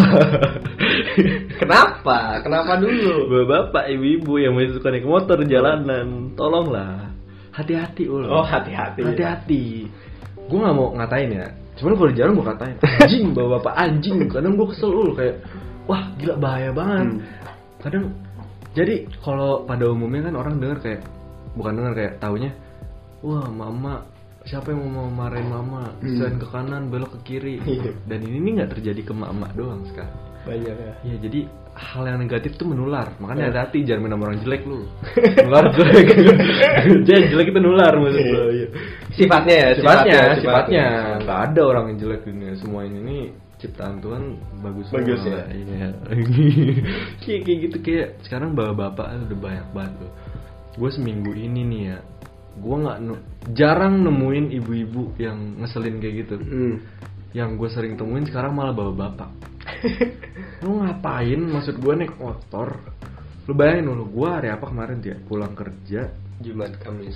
Kenapa dulu? Bapak, ibu-ibu yang masih suka naik motor jalanan, tolonglah hati-hati hati-hati. Hati-hati. gue nggak mau ngatain ya, cuman kalau jarang gue katain anjing, bapak anjing. Kadang gue kesel kayak wah gila bahaya banget. Kadang jadi kalau pada umumnya kan orang dengar kayak, bukan dengar kayak taunya, wah mama, siapa yang mau marahin mama, selain ke kanan belok ke kiri. Dan ini nih nggak terjadi ke mama doang sekarang, banyak ya. Ya jadi hal yang negatif tuh menular, makanya hati-hati jangan main sama orang jelek lu. Nular jelek. Jangan jelek itu nular maksud lu. Sifatnya ya, sifatnya. Nggak ada orang yang jelek ini, semua ini ciptaan Tuhan bagus ya. Iya. kayak gitu, kayak sekarang bapak-bapak udah banyak banget loh. Gue seminggu ini nih ya, gue jarang nemuin ibu-ibu yang ngeselin kayak gitu. Yang gue sering temuin sekarang malah bapak-bapak. Lu ngapain, maksud gue naik motor, lu bayangin dulu, gue hari apa kemarin dia pulang kerja Jumat Kamis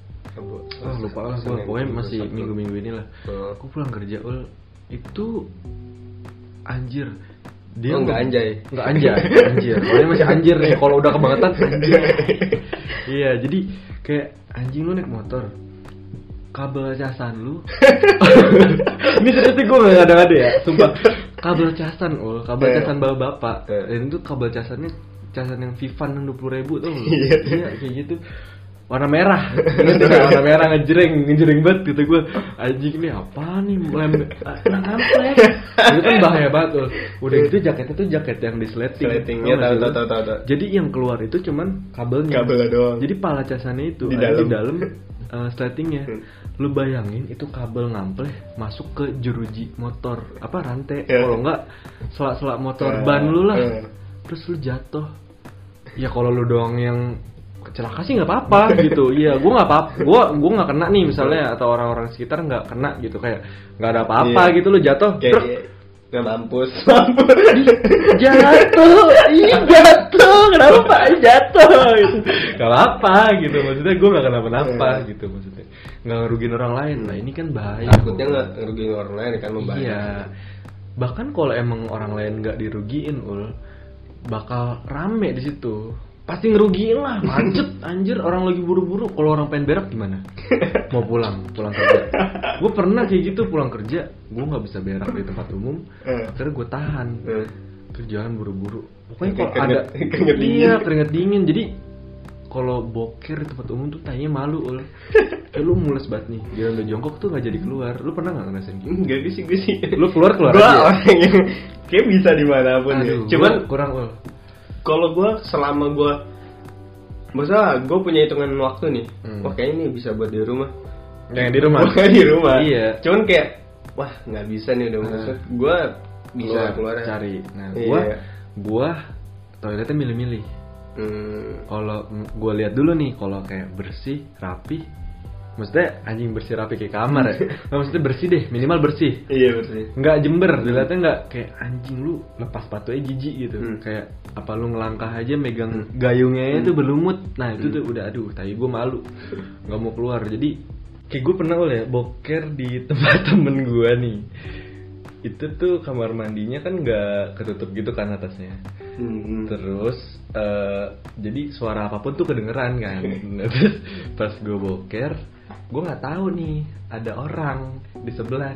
lupa lah gue, pokoknya masih minggu-minggu inilah. Gue pulang kerja itu anjir, dia nggak anjay, anjir, pokoknya masih anjir nih, kalau udah kebangetan anjir. Iya, jadi kayak anjing lu naik motor, kabel casan lu ini ternyata gue gak ada ya, sumpah. Kabel casan casan bapak. Dan itu kabel casannya casan yang Vivan yang 20.000 tuh. Iya kayak gitu, warna merah. Warna merah ngejreng banget gitu gue. Anjing ini apa nih, apa ya? Itu kan bahaya banget tuh. Udah gitu jaketnya tuh jaket yang disletingnya tahu. Jadi yang keluar itu cuman kabelnya doang. Jadi pala casannya itu di dalam sletingnya. Lu bayangin itu kabel ngampleh masuk ke jeruji motor, apa rantai, kalau enggak selak-selak motor ban lu lah. Terus lu jatuh. Ya kalau lu doang yang celaka sih nggak apa-apa gitu. Iya, gue nggak apa-apa, gue nggak kena nih misalnya, atau orang-orang sekitar nggak kena gitu, kayak nggak ada apa-apa gitu. Lu jatuh, nggak mampus. Jatuh, kenapa Pak jatuh? Gitu. Gak apa gitu, maksudnya gue nggak kenapa-napa gitu, maksudnya nggak ngerugiin orang lain. Nah ini kan bahaya. Takutnya nggak ngerugiin orang lain kan, membayar. Iya. Bahkan kalau emang orang lain nggak dirugiin, bakal rame di situ. Pasti ngerugiin lah, macet anjir, orang lagi buru-buru. Kalau orang pengen berak gimana? Mau pulang kerja. Gue pernah kayak gitu, pulang kerja gue nggak bisa berak di tempat umum, akhirnya gue tahan. Kerjaan buru-buru. Pokoknya kalau ada keringet dingin. Jadi kalau boker di tempat umum tuh tanya malu lu mules banget nih, dia udah jongkok tuh nggak jadi keluar. Lu pernah nggak ngerasain gitu? Enggak sih. Lu keluar gue aja. Orang yang kayak bisa dimanapun. Cuman kurang kalau gue selama gue, maksudnya gue punya hitungan waktu nih, wah kayaknya ini bisa buat di rumah. Yang di rumah? Bukan di rumah. Iya. Cuman kayak, wah nggak bisa nih udah maksud. Gue bisa keluar cari. Nah, gue toiletnya milih-milih. Kalau gue lihat dulu nih, kalau kayak bersih, rapi. Maksudnya anjing bersih rapi kayak kamar ya. Maksudnya bersih deh, minimal bersih. Iya bersih. Nggak jember, dilihatnya nggak kayak anjing lu lepas sepatu aja jijik gitu. Kayak apa lu ngelangkah aja megang gayungnya itu berlumut. Nah itu tuh udah aduh, tapi gue malu, nggak mau keluar. Jadi kayak gue pernah boker di tempat temen gue nih. Itu tuh kamar mandinya kan nggak ketutup gitu kan atasnya. Terus jadi suara apapun tuh kedengeran kan. Terus pas gue boker, gue nggak tahu nih ada orang di sebelah.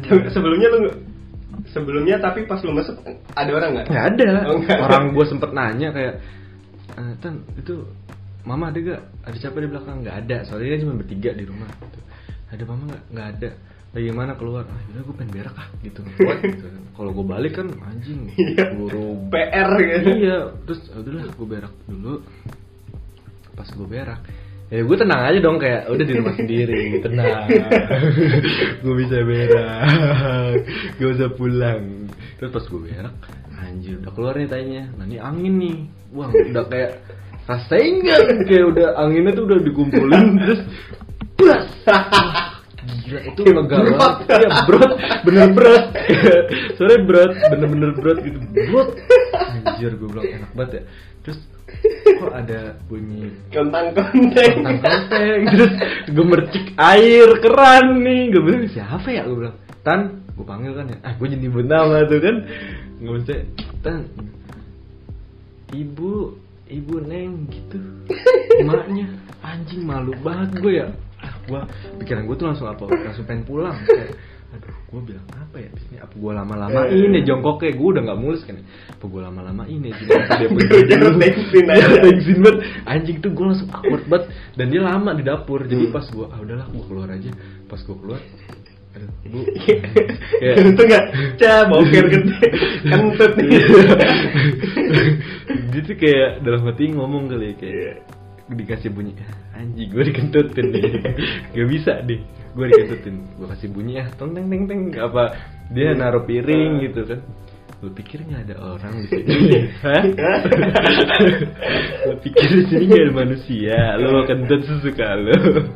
Sebelumnya tapi pas lu masuk ada orang nggak? Nggak ada. Orang gue sempet nanya kayak, Tan itu mama ada gak? Ada siapa di belakang? Nggak ada. Soalnya kan cuma bertiga di rumah. Gitu. Ada mama nggak? Nggak ada. Bagaimana keluar? Udah gue pengen berak gitu. Gitu. Kalau gue balik kan anjing buru PR gitu. Iya. Terus udahlah gue berak dulu. Pas gue berak, ya gue tenang aja dong, kayak udah di rumah sendiri, tenang. Gue bisa berak, gak usah pulang. Terus pas gue berak, anjir udah keluar nih tainya. Nah ini angin nih, wah udah kayak rasain gak? Kayak udah anginnya tuh udah dikumpulin, terus blas. Gila itu lega banget. Iya brot, bener brot. Sorry brot, bener brot gitu, brot. Anjir gue bilang enak banget ya. Terus kok ada bunyi kentang konteng. Terus gemercik air keran nih. Gue bilang siapa ya, gue bilang Tan, gue panggil kan ya. Gue jadi nyebut nama tuh kan. Gue bilang Tan, ibu Neng gitu. Emaknya anjing malu banget gue ya. pikiran gue tuh langsung pengen pulang kayak aduh gue bilang apa ya ini apa gue lama-lamain ya jongkoknya, gue udah nggak mulus kan apa gue lama-lamain ya jadi dia tensin banget anjing tuh, gue langsung awkward banget dan dia lama di dapur. Jadi pas gue udahlah gue keluar aja, pas gue keluar aduh bu ya itu nggak boker gede kentut nih gitu kayak dalam hati ngomong kali kayak dikasih bunyi anjing gue dikentutin nih gak bisa deh gue dikentutin, gue kasih bunyi teng teng teng teng apa dia naruh piring gitu kan. Lu pikir nggak ada orang di sini? Hah? Lu pikir di sini nggak ada manusia? Lu kentut sesuka lu.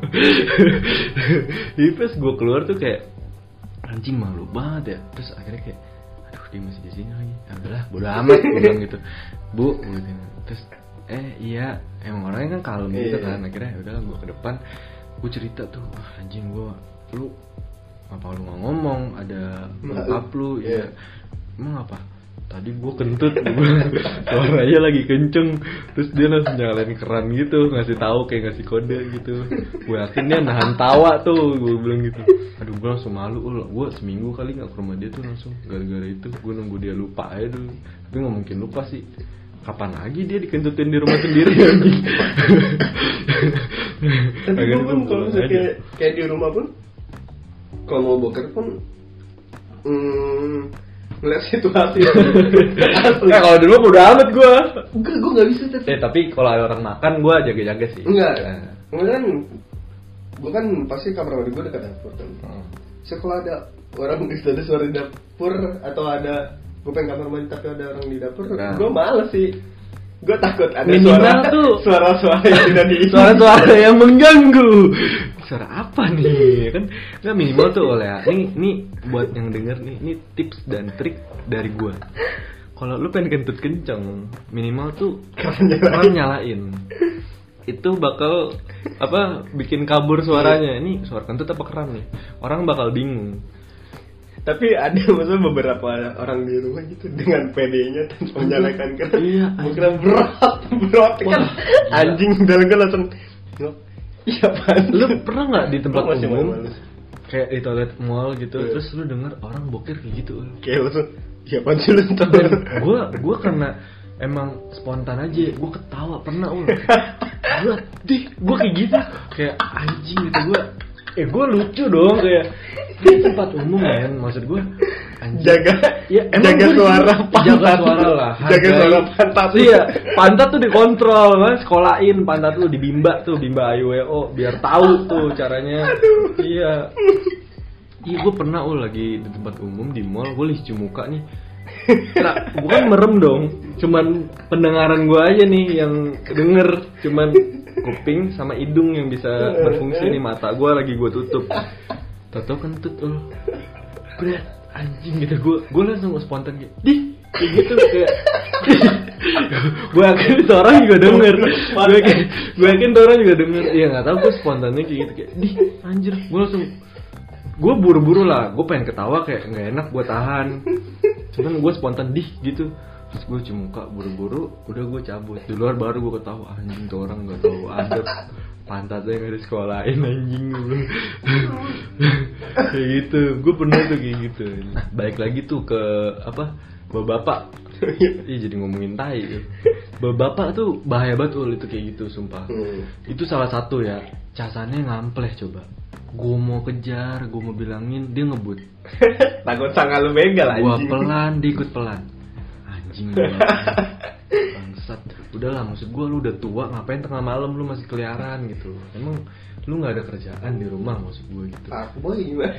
Jadi pas gue keluar tuh kayak anjing malu banget ya. Terus akhirnya kayak aduh dia masih di sini lagi. Ya udahlah bodo amat gue bilang gitu. Bu, gitu. Terus iya emang orangnya kan kalem gitu kan. Akhirnya udahlah gue ke depan, gue cerita tuh anjing gue lu apa lu nggak ngomong ada bokap lu ya emang apa tadi gue kentut suaranya lagi kenceng, terus dia langsung nyalain keran gitu ngasih tahu kayak ngasih kode gitu. Gue yakin dia nahan tawa tuh, gue bilang gitu. Aduh gue langsung malu, gue seminggu kali nggak ke rumah dia tuh langsung gara-gara itu. Gue nunggu dia lupa aja dulu, tapi nggak mungkin lupa sih. Kapan lagi dia dikentutin di rumah sendiri anjing. Tapi gue pun kalau kayak di rumah pun kalau mau boker pun ngeliat situasi. Nah kalau di rumah udah amat gue. Enggak, gue nggak bisa tapi kalau ada orang makan gue jaga-jaga sih. Enggak kan gue kan pasti kamar mandi gue dekat dapur kan. Sekolah ada orang ada suara di dapur atau ada gue pengen kamar mandi tapi ada orang di dapur, gue males sih. Gue takut ada suara-suara yang tidak suara-suara yang mengganggu. Suara apa nih kan? Nggak minimal tuh oleh ini buat yang denger nih, ini tips dan trik dari gue. Kalau lu pengen kentut kenceng, minimal tuh keran nyalain. Itu bakal bikin kabur suaranya. Ini suara kentut apa keran nih? Orang bakal bingung. Tapi ada maksudnya beberapa orang di rumah gitu dengan PD-nya tanpa menyalakan keran. Iya, bukan berat kan anjing dalam kan langsung. Iya pan. Lu pernah nggak di tempat umum kayak di toilet mall gitu, terus lu denger orang boker kayak gitu? Kayak langsung, iya pan sih lu ntar. Gue karena emang spontan aja, gue ketawa pernah gue kayak gitu, kayak anjing gitu gue lucu dong kayak di tempat umum kan, maksud gue anjing. Jaga suara lah, jaga suara pantat. Iya, pantat tuh dikontrol kan, sekolahin pantat lu di bimba IWO biar tahu tuh caranya. Iya, gue pernah lagi di tempat umum di mall, gue lihat muka nih. Nah, bukan merem dong, cuman pendengaran gue aja nih yang denger, cuman kuping sama hidung yang bisa berfungsi nih, mata gue lagi gue tutup. Tahu kentut berat anjing gitu, gue langsung spontan kayak gitu kayak gue yakin orang juga denger, gue yakin orang juga denger. Iya nggak tahu, gue spontannya kayak gitu kayak anjir, gue buru-buru lah, gue pengen ketawa kayak nggak enak, gue tahan, cuman gue spontan gitu. Terus gue cium muka buru-buru, udah gue cabut. Di luar baru gue ketawa, anjing tuh orang gak tahu adab, pantatnya gak disekolahin anjing. Kayak gitu, gue pernah tuh kayak gitu. Nah, balik lagi tuh ke bapak. Iya jadi ngomongin tai tuh. Bapak tuh bahaya banget itu kayak gitu sumpah. Itu salah satu ya, casannya ngampleh coba. Gue mau kejar, gue mau bilangin, dia ngebut. Takut sangka lu begal anjing. Gue pelan, dia ikut pelan. Anjing bangsat. Udahlah, maksud gue lu udah tua, ngapain tengah malam lu masih keliaran gitu. Emang lu gak ada kerjaan di rumah, maksud gue gitu. Fuckboy gimana?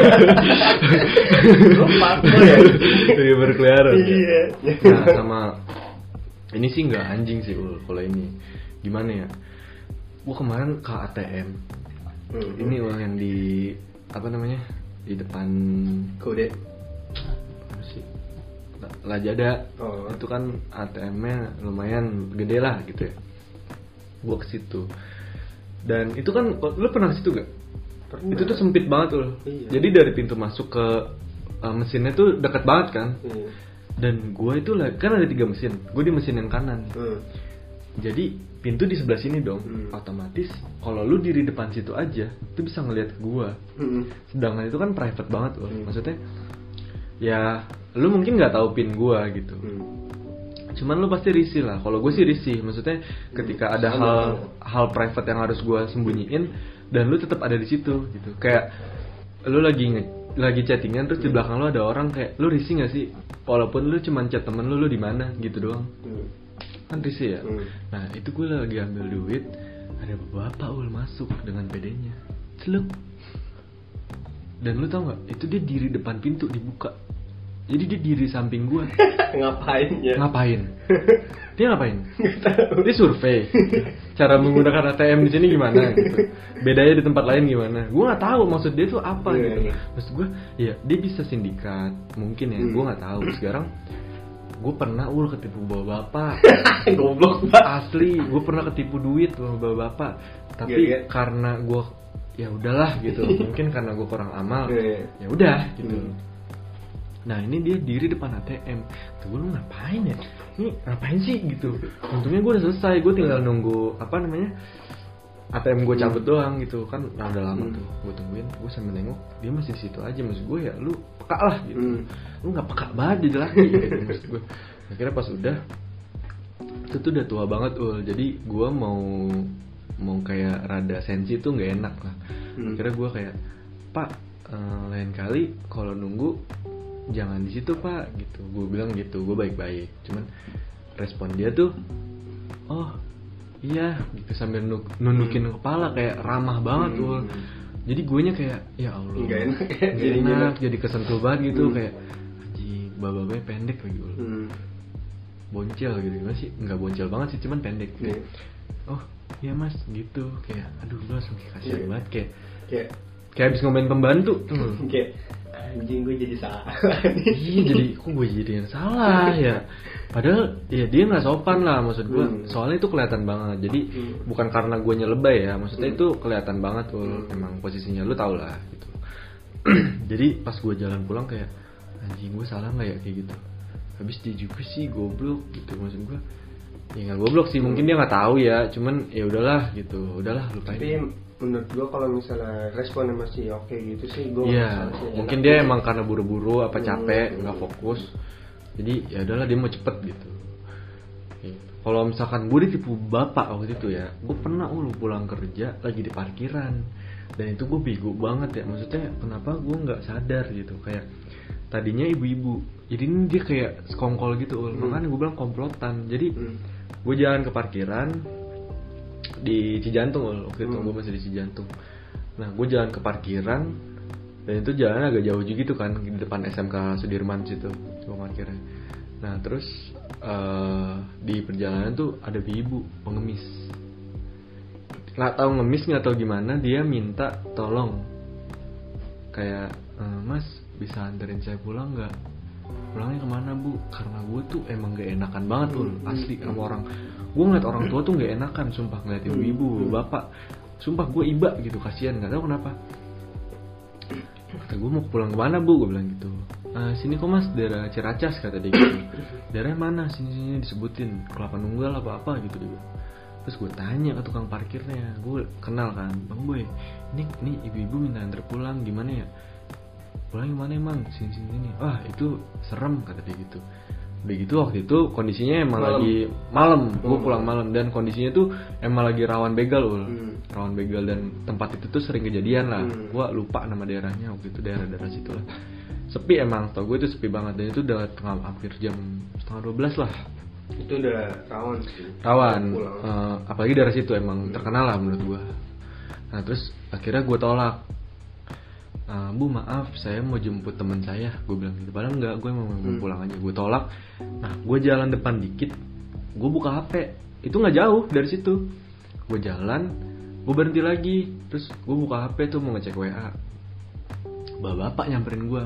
Lu fuckboy ya? Iya berkeliaran. Iya. Nah sama ini sih gak anjing sih kalau ini. Gimana ya? Gue kemarin ke ATM. Ini yang di di depan Kode apa sih? Lajada. Itu kan ATM-nya lumayan gede lah gitu ya. Gua ke situ. Dan itu kan lu pernah ke situ gak? Pernah. Itu tuh sempit banget tuh. Iya. Jadi dari pintu masuk ke mesinnya tuh dekat banget kan. Dan gua itu kan ada 3 mesin. Gua di mesin yang kanan. Jadi pintu di sebelah sini dong. Otomatis kalau lu diri depan situ aja, itu bisa ngelihat gua. Sedangkan itu kan private banget loh. Maksudnya ya lu mungkin nggak tahu pin gua gitu. Cuman lu pasti risih lah. Kalau gue sih risih. Maksudnya ketika ada hal private yang harus gue sembunyiin dan lu tetap ada di situ gitu. Kayak lu lagi chattingan terus di belakang lu ada orang, kayak lu risih nggak sih? Walaupun lu cuman chat temen lu di mana gitu doang. Kan risih ya. Nah itu gue lagi ambil duit, ada bapak masuk dengan PD-nya. Celuk. Dan lu tau nggak? Itu dia diri depan pintu dibuka. Jadi dia diri samping gua. Ngapain ya? Dia ngapain? Dia survei. Cara menggunakan ATM di sini gimana gitu. Bedanya di tempat lain gimana? Gua nggak tahu maksud dia tuh apa gitu. Maksud gua, ya dia bisa sindikat, mungkin ya. Gua nggak tahu. Sekarang gua pernah ketipu bapak. Goblok banget. Asli, gua pernah ketipu duit sama bapak. Tapi karena gua ya udahlah gitu. Mungkin karena gua kurang amal. Ya udah gitu. Nah ini dia diri depan ATM. Tuh gue, lu ngapain ya? Ini ngapain sih gitu. Untungnya gue udah selesai. Gue tinggal nunggu ATM gue cabut doang gitu. Kan udah lama tuh. Gue tungguin. Gue sambil nengok. Dia masih di situ aja. Maksud gue ya lu peka lah gitu. Lu gak peka banget jadi laki gitu. Maksud gue. Akhirnya pas udah, itu tuh udah tua banget Jadi gue mau kayak rada sensi tuh gak enak lah. Akhirnya gue kayak, Pak, lain kali kalau nunggu jangan di situ Pak gitu. Gue bilang gitu, gue baik-baik. Cuman respon dia tuh, oh iya gitu, sambil nundukin kepala kayak ramah banget Jadi guenya kayak ya Allah, nggak enak, jadi kesentuh banget gitu. Kayak anjing, babanya pendek lagi boncel gitu. Gimana sih, nggak boncel banget sih, cuman pendek kayak, oh iya mas gitu. Kayak aduh, gue langsung kasihan banget. Kayak abis ngomongin pembantu tuh. Kayak anjing, gue jadi salah. Iya, jadi kok gue jadi yang salah ya. Padahal ya dia nggak sopan lah, maksud gue. Soalnya itu kelihatan banget. Jadi bukan karena gue nyelebay ya, maksudnya itu kelihatan banget emang posisinya, lu tau lah gitu. Jadi pas gue jalan pulang kayak anjing, gue salah nggak ya kayak gitu. Habis dia juga sih goblok gitu, maksud gue. Ya nggak goblok sih, mungkin dia nggak tahu ya. Cuman ya udahlah gitu, udahlah lupain. Tapi menurut gue kalau misalnya responnya masih oke gitu sih, gue mungkin dia emang karena buru-buru apa capek nggak fokus, jadi ya udahlah dia mau cepet gitu. Kalau misalkan gue ditipu bapak waktu itu ya, gue pernah pulang kerja lagi di parkiran, dan itu gue bego banget ya. Maksudnya kenapa gue nggak sadar gitu, kayak tadinya ibu-ibu, jadi ini dia kayak sekongkol gitu. Makanya gue bilang komplotan. Jadi gue jalan ke parkiran di Cijantung waktu itu, gue masih di Cijantung. Nah gue jalan ke parkiran, dan itu jalan agak jauh juga gitu kan, di depan SMK Sudirman situ gue parkirnya. Nah terus di perjalanan tuh ada ibu pengemis, nggak tahu ngemis nggak tahu gimana, dia minta tolong kayak, mas bisa anterin saya pulang nggak? Pulangnya kemana bu? Karena gue tuh emang gak enakan banget asli sama orang. Gue ngeliat orang tua tuh gak enakan, sumpah, ngeliat ibu-ibu, bapak. Sumpah gue iba gitu, kasihan, gak tahu kenapa. Kata gue, mau pulang kemana bu? Gue bilang gitu. Sini kok mas, daerah Ciracas kata dia gitu. Daerah mana? Sini disebutin, Kelapa Nunggal apa gitu dia. Terus gue tanya ke tukang parkirnya, gue kenal kan, bang boy, ini ibu-ibu minta antar pulang, gimana ya? Pulang gimana emang? Sini. Wah itu serem kata dia gitu. Begitu waktu itu kondisinya emang lagi malam. Gue pulang malam dan kondisinya tuh emang lagi rawan begal rawan begal, dan tempat itu tuh sering kejadian lah. Gue lupa nama daerahnya waktu itu, daerah situ lah. Sepi emang, tau gue itu sepi banget, dan itu udah hampir jam 11:30 lah. Itu udah rawan sih. Rawan, apalagi daerah situ emang terkenal lah menurut gue. Nah terus akhirnya gue tolak. Bu maaf, saya mau jemput teman saya, gue bilang gitu. Padahal enggak, gue mau pulang aja. Gue tolak. Nah gue jalan depan dikit, gue buka HP, itu nggak jauh dari situ. Gue jalan, gue berhenti lagi, terus gue buka HP tuh mau ngecek WA. Bapak nyamperin gue.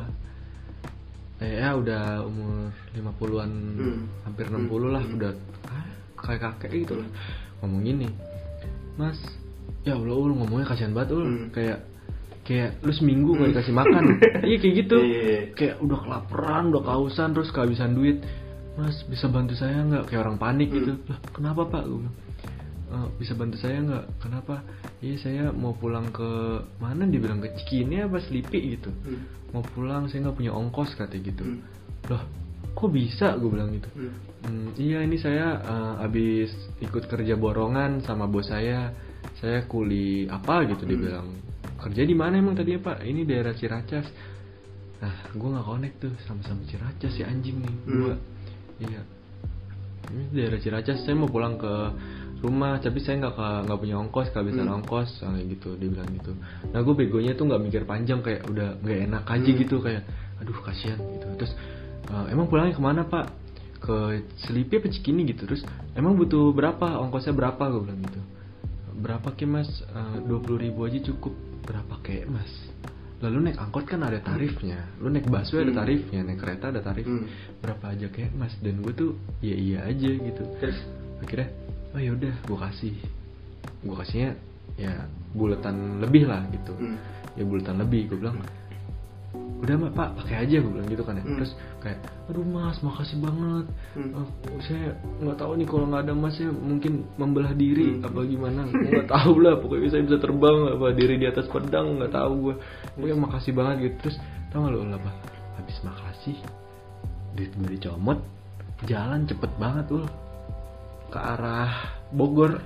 Ya udah umur 50-an, hampir 60 lah, udah kayak kakek gitu lah. Ngomong gini, mas, ya Allah ngomongnya kasihan banget kayak lu seminggu gak dikasih makan. Iya kayak gitu. Kayak udah kelaparan, udah kehausan, terus kehabisan duit. Mas bisa bantu saya nggak, kayak orang panik gitu. Lah kenapa Pak, gue bilang. Bisa bantu saya nggak, kenapa? Iya saya mau pulang ke mana, dia bilang ke Cikini apa Selipi gitu. Mau pulang, saya nggak punya ongkos katanya gitu. Loh kok bisa, gue bilang gitu. Iya ini saya abis ikut kerja borongan sama bos saya kuli apa gitu. Dia bilang kerja di mana emang tadi ya Pak? Ini daerah Ciracas. Nah gue nggak connect tuh sama Ciracas si anjing nih gue. Iya ini daerah Ciracas, saya mau pulang ke rumah tapi saya nggak punya ongkos, kehabisan ongkos kayak gitu. Dia bilang gitu. Nah gue begonya tuh nggak mikir panjang, kayak udah nggak enak aja gitu, kayak aduh kasihan gitu. Terus emang pulangnya kemana Pak? Ke Selipi apa Cikini gitu. Terus emang butuh berapa, ongkosnya berapa, gue bilang gitu. Berapa ke Mas? 20.000 aja cukup. Berapa ke Mas? Lalu naik angkot kan ada tarifnya, lu naik busway ada tarifnya, naik kereta ada tarif. Berapa aja ke Mas? Dan gue tuh iya aja gitu. Terus akhirnya oh ya udah gue kasihnya ya buletan lebih lah gitu. Ya buletan lebih, gue bilang udah Pak pakai aja, gue bilang gitu kan ya. Terus kayak aduh Mas makasih banget. Saya nggak tahu nih kalau nggak ada Mas ya mungkin membelah diri apa gimana, nggak tahu lah, pokoknya saya bisa terbang apa diri di atas pedang, nggak tahu gue. Pokoknya makasih banget gitu. Terus tau gak lo apa, habis makasih duit gue dicomot, jalan cepet banget ul ke arah Bogor.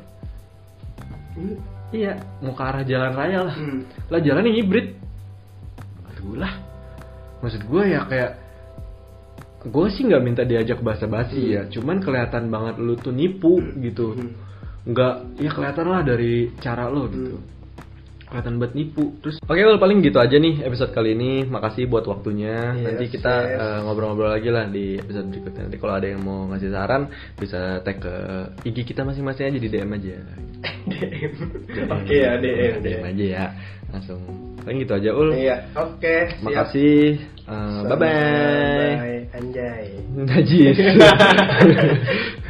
Iya mau ke arah jalan raya lah. Lah jalannya hibrid. Aduh lah, maksud gue ya kayak gue sih nggak minta diajak basa-basi ya, cuman kelihatan banget lu tuh nipu gitu. Nggak, ya kelihatan lah dari cara lo gitu, kelihatan buat nipu. Terus oke, well, paling gitu aja nih episode kali ini. Makasih buat waktunya. Nanti kita ngobrol-ngobrol lagi lah di episode berikutnya. Nanti kalau ada yang mau ngasih saran bisa tag ke IG kita masing-masing aja, di DM aja. DM. Oke ya, DM aja ya. Langsung. Paling gitu aja ul. Iya, oke. Makasih. Bye bye. Anjay. Najis.